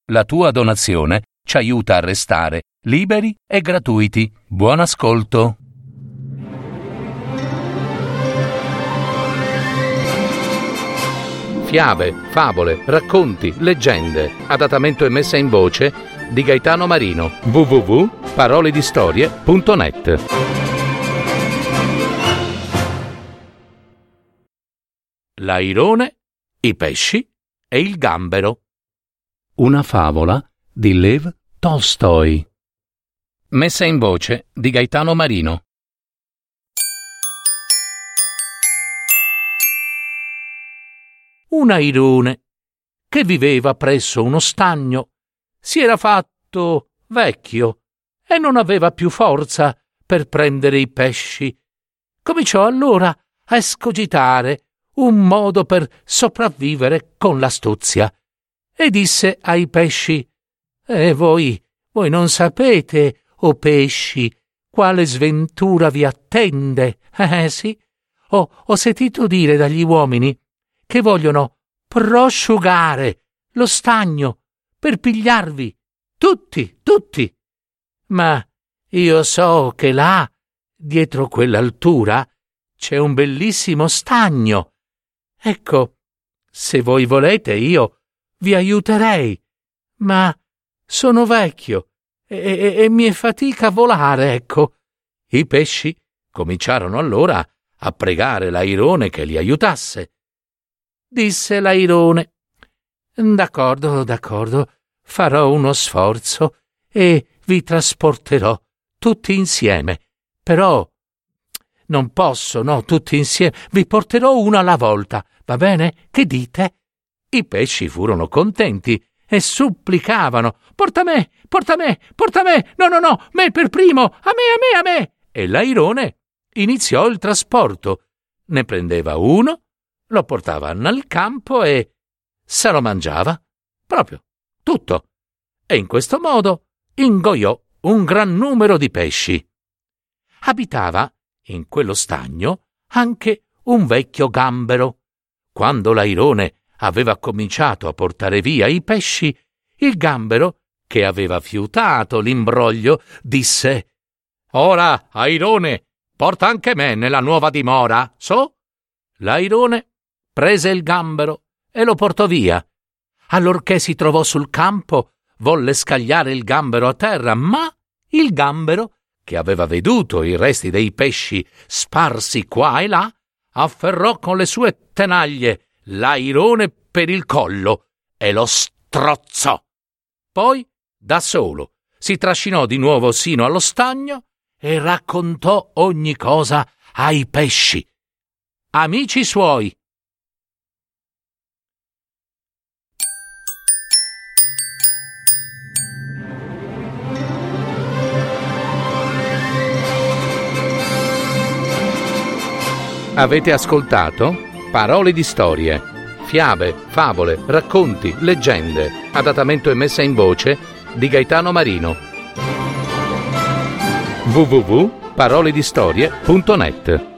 La tua donazione ci aiuta a restare liberi e gratuiti. Buon ascolto. Fiabe, favole, racconti, leggende. Adattamento e messa in voce di Gaetano Marino. www.paroledistorie.net. L'airone, i pesci e il gambero. Una favola di Lev Tolstoi. Messa in voce di Gaetano Marino. Un airone che viveva presso uno stagno si era fatto vecchio e non aveva più forza per prendere i pesci. Cominciò allora a escogitare un modo per sopravvivere con l'astuzia e disse ai pesci: voi non sapete, o pesci, quale sventura vi attende. Sì, ho sentito dire dagli uomini che vogliono prosciugare lo stagno per pigliarvi tutti. Ma io so che là, dietro quell'altura, c'è un bellissimo stagno. Ecco, se voi volete io vi aiuterei, ma sono vecchio e mi è fatica volare, ecco. I pesci cominciarono allora a pregare l'airone che li aiutasse. Disse l'airone: D'accordo, farò uno sforzo e vi trasporterò tutti insieme. Però non posso, no, tutti insieme. Vi porterò uno alla volta, va bene? Che dite? I pesci furono contenti e supplicavano: Porta me! No, me per primo! A me! E l'airone iniziò il trasporto. Ne prendeva uno, lo portava nel campo e se lo mangiava, proprio tutto. E in questo modo ingoiò un gran numero di pesci. Abitava in quello stagno anche un vecchio gambero. Quando l'airone aveva cominciato a portare via i pesci, il gambero, che aveva fiutato l'imbroglio, disse: Ora, airone, porta anche me nella nuova dimora, so? L'airone prese il gambero e lo portò via. Allorché si trovò sul campo, volle scagliare il gambero a terra, ma il gambero, che aveva veduto i resti dei pesci sparsi qua e là, afferrò con le sue tenaglie l'airone per il collo e lo strozzò. Poi, da solo, si trascinò di nuovo sino allo stagno e raccontò ogni cosa ai pesci. Amici suoi. Avete ascoltato Parole di Storie, fiabe, favole, racconti, leggende, adattamento e messa in voce di Gaetano Marino. www.paroledistorie.net